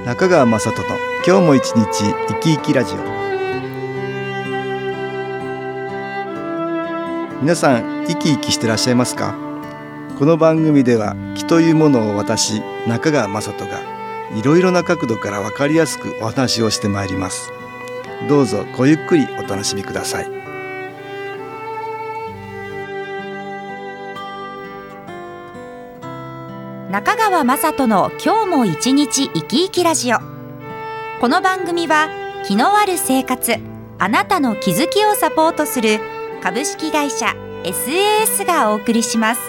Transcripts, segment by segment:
中川雅人の今日も一日生き生きラジオ。皆さん生き生きしてらっしゃいますか？この番組では気というものを私中川雅人がいろいろな角度から分かりやすくお話をしてまいります。どうぞごゆっくりお楽しみください。 中川雅人の今日も一日生き生きラジオ。この番組は気のある生活、あなたの気づきをサポートする株式会社 SAS がお送りします。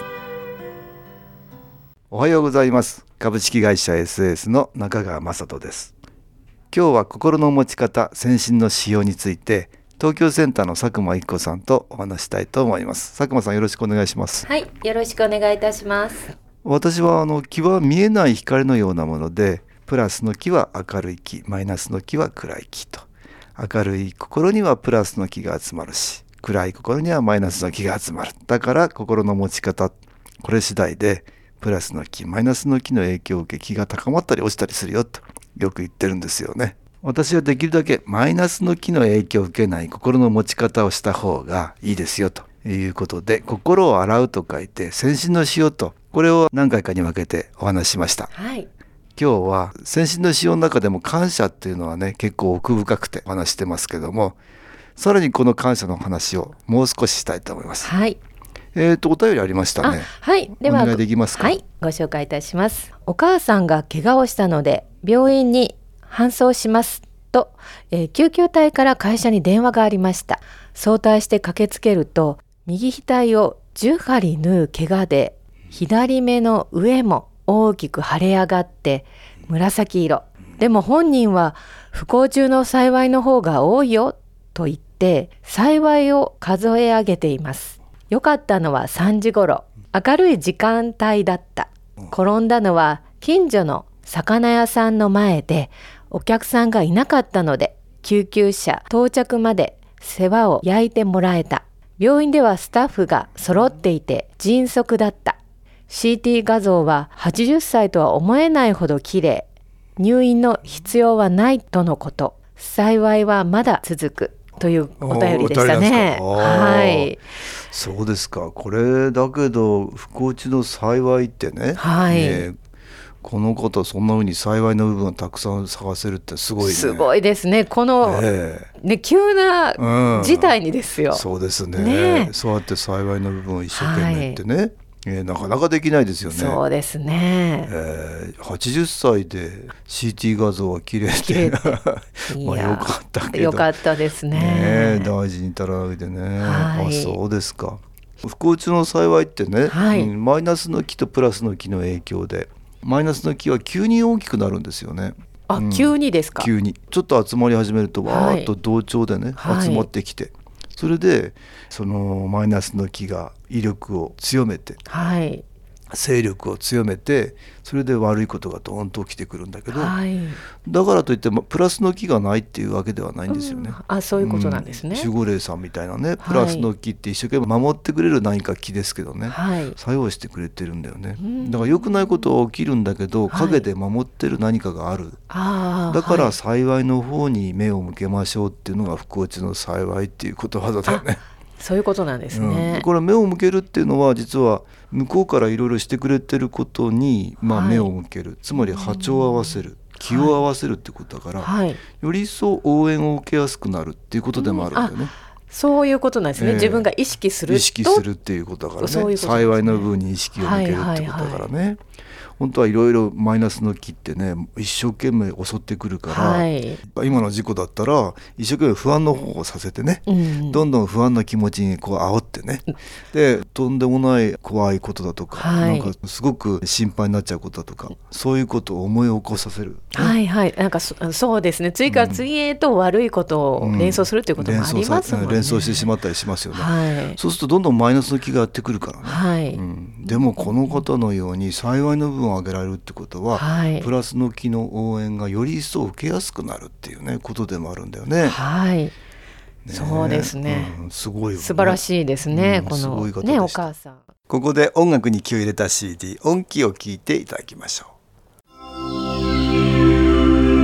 おはようございます。株式会社 SAS の中川雅人です。今日は心の持ち方、先進の仕様について東京センターの佐久間一子さんとお話したいと思います。佐久間さん、よろしくお願いします。 はい、よろしくお願いいたします。 私は気は見えない光のようなもので、プラスの気は明るい気、マイナスの気は暗い気と、明るい心にはプラスの気が集まるし、暗い心にはマイナスの気が集まる。だから心の持ち方、これ次第でプラスの気、マイナスの気の影響を受け、気が高まったり落ちたりするよとよく言ってるんですよね。私はできるだけマイナスの気の影響を受けない心の持ち方をした方がいいですよということで、心を洗うと書いて先進の塩と、これを何回かに分けてお話ししました。 はい、 今日は先進の塩の中でも感謝っていうのはね、結構奥深くてお話してますけども、さらにこの感謝の話をもう少ししたいと思います。 はい、 お便りありましたね。 はい、ではお願いできますか？ はい、ご紹介いたします。お母さんが怪我をしたので病院に搬送しますと、救急隊から会社に電話がありました。早退して駆けつけると、右額を10針縫う怪我で左目の上も大きく腫れ上がって紫色。でも本人は不幸中の幸いの方が多いよと言って幸いを数え上げています。よかったのは3時頃、明るい時間帯だった。転んだのは近所の魚屋さんの前で、お客さんがいなかったので救急車到着まで世話を焼いてもらえた。病院ではスタッフが揃っていて迅速だった。CT 画像は80歳とは思えないほど綺麗。入院の必要はないとのこと。幸いはまだ続くというお便りでしたね。はい。 そうですか。これだけど不幸中の幸いってね、 はい、 この方そんな風に幸いの部分をたくさん探せるってすごいね。 すごいですね。この、急な事態にですよ。 そうですね。そうやって幸いの部分を一生懸命ってね、なかなかできないですよね。 そうですね。 80歳で CT 画像は綺麗でまあよかったけど、 よかったですね。 大事に至らないでね。そうですか。不幸中の幸いってね、マイナスの気とプラスの気の影響で、マイナスの気は急に大きくなるんですよね。 急にですか？ 急にちょっと集まり始めるとわーっと同調でね、集まってきて、それでそのマイナスの気が威力を強めて、勢力を強めて、それで悪いことがドーンと起きてくるんだけど、だからといってプラスの気がないっていうわけではないんですよね。 そういうことなんですね。 守護霊さんみたいなね、プラスの気って一生懸命守ってくれる何か気ですけどね、作用してくれてるんだよね。だから良くないことは起きるんだけど、陰で守ってる何かがある。だから幸いの方に目を向けましょうっていうのが不幸中の幸いっていうことわざだよね。 そういうことなんですね。 これ目を向けるっていうのは、実は向こうからいろいろしてくれてることに、目を向ける、つまり波長を合わせる、気を合わせるってことだから、より一層応援を受けやすくなるっていうことでもあるんだよね。 そういうことなんですね。自分が意識するっていうことだからね。幸いの部分に意識を向けるってことだからね。本当はいろいろマイナスの気ってね、一生懸命襲ってくるから、今の事故だったら一生懸命不安の方をさせてね、どんどん不安な気持ちに煽ってね、でとんでもない怖いことだとか、なんかすごく心配になっちゃうことだとか、そういうことを思い起こさせる、 なんかそうですね。次から次へと悪いことを連想するということもありますもんね。 連想してしまったりしますよね。そうするとどんどんマイナスの気がやってくるからね。でもこの方のように幸いの部分を上げられるってことは、プラスの気の応援がより一層受けやすくなるっていうね、ことでもあるんだよね。 そうですね。 すごいよね。 素晴らしいですね。このね、お母さん。 ここで音楽に気を入れた CD 音気を聞いていただきましょう。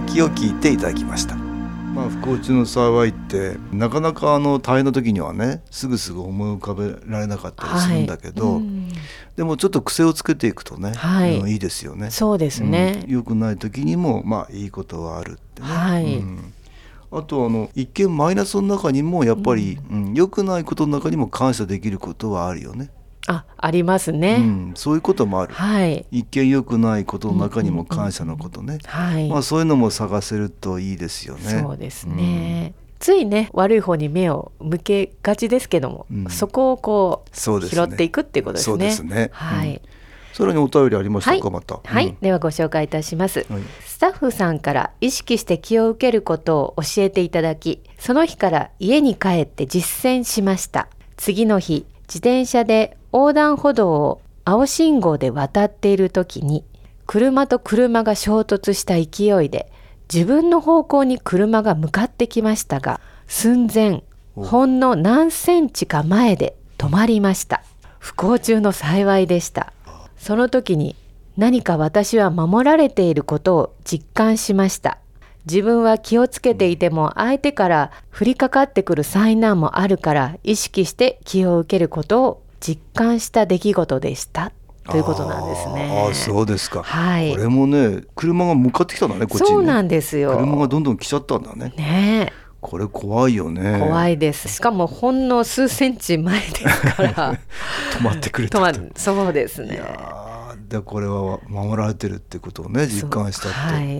気を聞いていただきました。不幸中の幸いってなかなか大変な時にはねすぐ思い浮かべられなかったりするんだけど、でもちょっと癖をつけていくとね、いいですよね。 そうですね、 良くない時にもいいことはあるってね、あと一見マイナスの中にもやっぱり、良くないことの中にも感謝できることはあるよね。 ありますね、 そういうこともある、一見良くないことの中にも感謝のことね、そういうのも探せるといいですよね。 そうですね、ついね悪い方に目を向けがちですけども、そこをこう拾っていくっていうことですね。 そうですね、さらにお便りありましたか、また。 ではご紹介いたします、スタッフさんから意識して気を受けることを教えていただき、その日から家に帰って実践しました。次の日、自転車で横断歩道を青信号で渡っている時に車と車が衝突した勢いで自分の方向に車が向かってきましたが、寸前ほんの何センチか前で止まりました。不幸中の幸いでした。その時に何か私は守られていることを実感しました。自分は気をつけていても相手から降りかかってくる災難もあるから意識して気を受けることを実感した出来事でしたということなんですね。 そうですか、これもね車が向かってきたんだね、こっちにね。 そうなんですよ。 車がどんどん来ちゃったんだね。これ怖いよね。 怖いです。しかもほんの数センチ前ですから止まってくれたそうですね。 でこれは守られてるってことをね実感したって、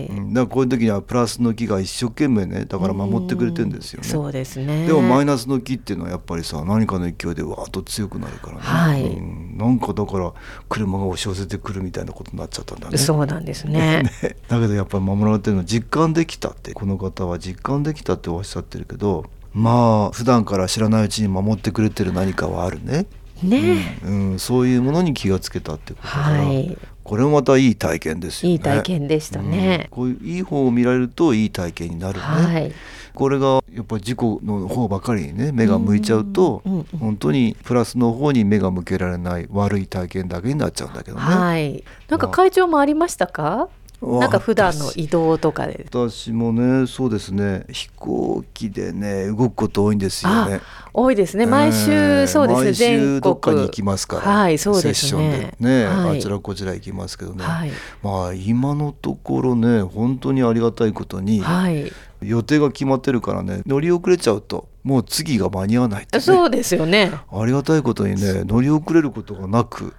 だからこういう時にはプラスの木が一生懸命ねだから守ってくれてるんですよね。 そうですね。 でもマイナスの木っていうのはやっぱりさ何かの勢いでわーっと強くなるからね、なんかだから車が押し寄せてくるみたいなことになっちゃったんだね。 そうなんですねだけどやっぱり守られてるのを実感できたってこの方は実感できたっておっしゃってるけど、普段から知らないうちに守ってくれてる何かはあるね。そういうものに気がつけたってことだから、これもまたいい体験ですよね。 いい体験でしたね、 こういういい方を見られるといい体験になるね、これがやっぱり事故の方ばかりにね目が向いちゃうと、本当にプラスの方に目が向けられない悪い体験だけになっちゃうんだけどね。 なんか会長もありましたか？なんか普段の移動とかで。 私もねそうですね、飛行機でね動くこと多いんですよね。 多いですね。毎週そうですね、 毎週どっかに行きますから、 そうですね、 セッションでね、あちらこちら行きますけどね、今のところね本当にありがたいことに、予定が決まってるからね乗り遅れちゃうともう次が間に合わないってね。 そうですよね。 ありがたいことにね乗り遅れることがなく、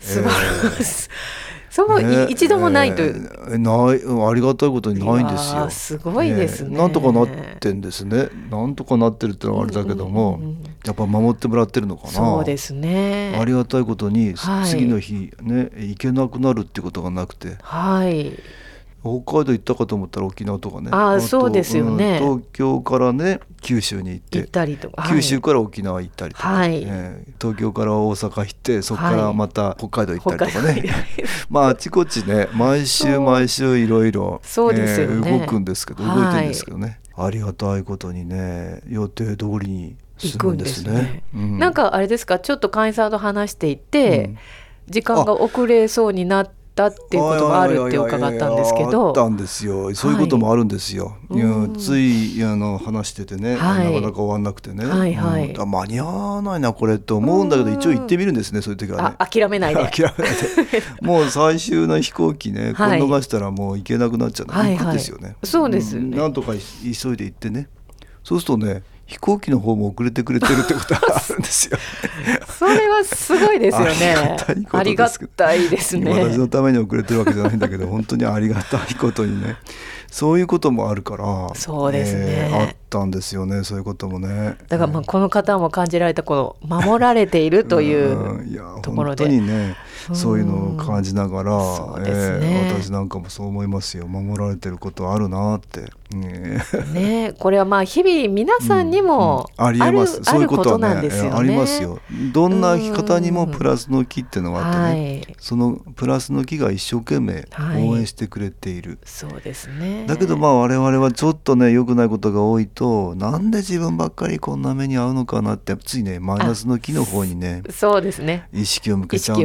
一度もないと、 ないありがたいことにないんですよ。 すごいですね。 なんとかなってんですね。なんとかなってるってのはあれだけども、やっぱ守ってもらってるのかな。 そうですね。 ありがたいことに、次の日ね行けなくなるってことがなくて、北海道行ったかと思ったら沖縄とかね、 そうですよね、 東京からね九州に行ったりとか、九州から沖縄行ったりとか、東京から大阪行ってそこからまた北海道行ったりとかね、あちこちね毎週いろいろ動くんですけど、動いてるんですけどね、ありがたいことにね予定通りに進むんですね。 なんかあれですか、ちょっと会員さんと話していて、時間が遅れそうになってっていうこともあるって伺ったんですけど。 あったんですよ。そういうこともあるんですよ。つい話しててね、なかなか終わんなくてね、間に合わないなこれと思うんだけど、一応行ってみるんですね、そういう時はね。 諦めないでもう最終の飛行機ねこれ逃したらもう行けなくなっちゃうの、行くんですよね。 そうですね、 なんとか急いで行ってね、そうするとね飛行機の方も遅れてくれてるってことがあるんですよそれはすごいですよね。ありがたいですね。 私のために遅れてるわけじゃないんだけど本当にありがたいことにねそういうこともあるから。 そうですね、 あったんですよね、そういうこともね。 だからこの方も感じられたこの守られているというところで、 本当にねそういうのを感じながら、私なんかもそう思いますよ。守られてることあるなってこれは日々皆さんにもあることなんですよね。 ありますよ。どんな方にもプラスの木っていうのがあってね、そのプラスの木が一生懸命応援してくれている。 そうですね。 だけど我々はちょっとね良くないことが多いと、なんで自分ばっかりこんな目に遭うのかなってついねマイナスの木の方にねそうですね、 意識を向けちゃうんですよね。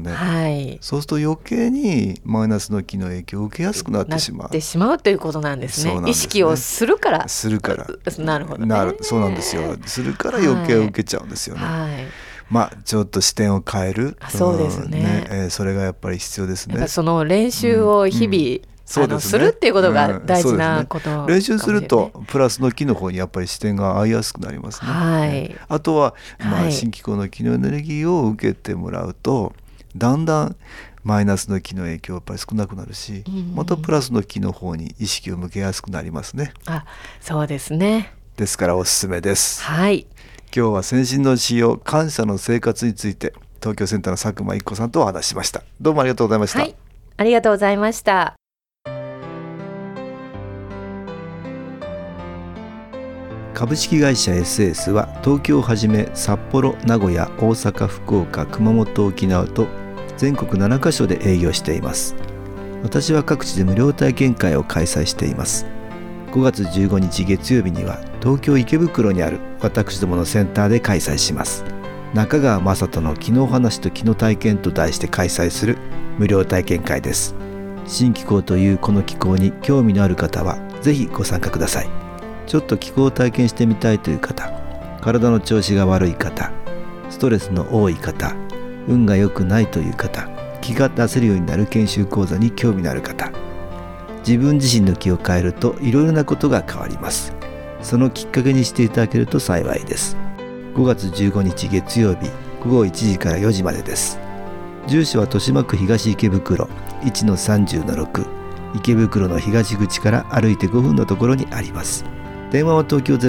ね、 はい、 そうすると余計にマイナスの気の影響を受けやすくなってしまうということなんですね。 そうなんですね。 意識をするからなるほどね。 そうなんですよ。するから余計受けちゃうんですよね、 はい、 まあちょっと視点を変える、 そうですね、 それがやっぱり必要ですね。 その練習を日々、するっていうことが大事なこと、 練習するとプラスの気の方にやっぱり視点が合いやすくなりますね、 はい、 あとは、新機構の気のエネルギーを受けてもらうとだんだんマイナスの気の影響はやっぱり少なくなるし、またプラスの気の方に意識を向けやすくなりますね。 そうですね。 ですからおすすめです。 はい、 今日は先進の使用感謝の生活について東京センターの佐久間一子さんとお話ししました。どうもありがとうございました。 はい、ありがとうございました。 株式会社 SS は東京をはじめ札幌、名古屋、大阪、福岡、熊本、沖縄と全国7カ所で営業しています。私は各地で無料体験会を開催しています。5月15日月曜日には東京池袋にある私どものセンターで開催します。中川雅人の気の話と気の体験と題して開催する無料体験会です。新気候というこの気候に興味のある方はぜひご参加ください。ちょっと気候を体験してみたいという方、体の調子が悪い方、ストレスの多い方、運が良くないという方、気が出せるようになる研修講座に興味のある方、自分自身の気を変えるといろいろなことが変わります。そのきっかけにしていただけると幸いです。5月15日月曜日午後1時から4時までです。住所は豊島区東池袋 1-30-6 池袋の東口から歩いて5分のところにあります。電話は東京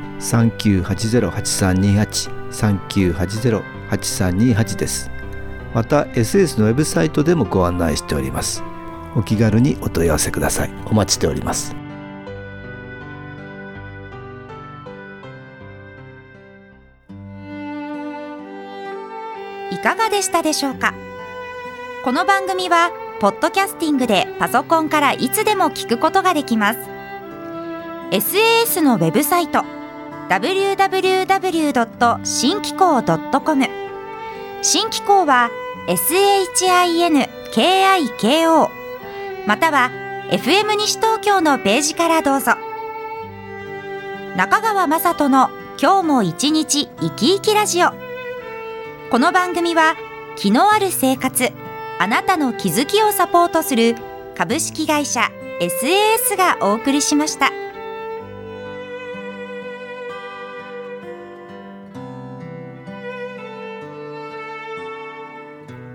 03-3980-8328 3980-8328 です。また SS のウェブサイトでもご案内しております。お気軽にお問い合わせください。お待ちしております。 いかがでしたでしょうか。この番組はポッドキャスティングでパソコンからいつでも聞くことができます。SAS のウェブサイト www.新機構.com 新機構は SHINKIKO または FM 西東京のページからどうぞ。中川雅人の今日も一日生き生きラジオ。この番組は気のある生活、あなたの気づきをサポートする株式会社 SAS がお送りしました。